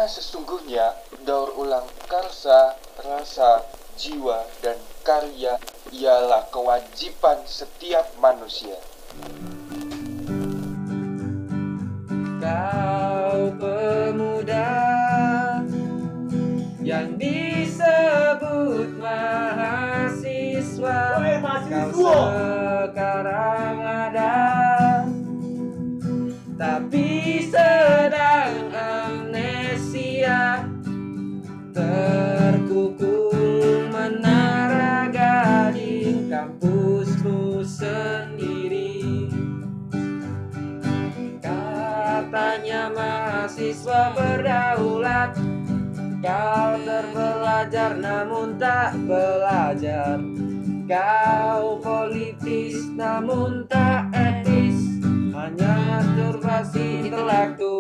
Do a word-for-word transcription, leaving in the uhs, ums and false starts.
Karena sesungguhnya daur ulang karsa, rasa, jiwa, dan karya ialah kewajiban setiap manusia. Kau pemuda yang disebut mahasiswa, Woi, mahasiswa. kau sekarang ada, tapi sedang amnesia, terkukung menara gading kampusmu sendiri. Katanya mahasiswa berdaulat, kau terbelajar namun tak belajar. Kau politis namun tak etis, hanya masturbasi intelektual.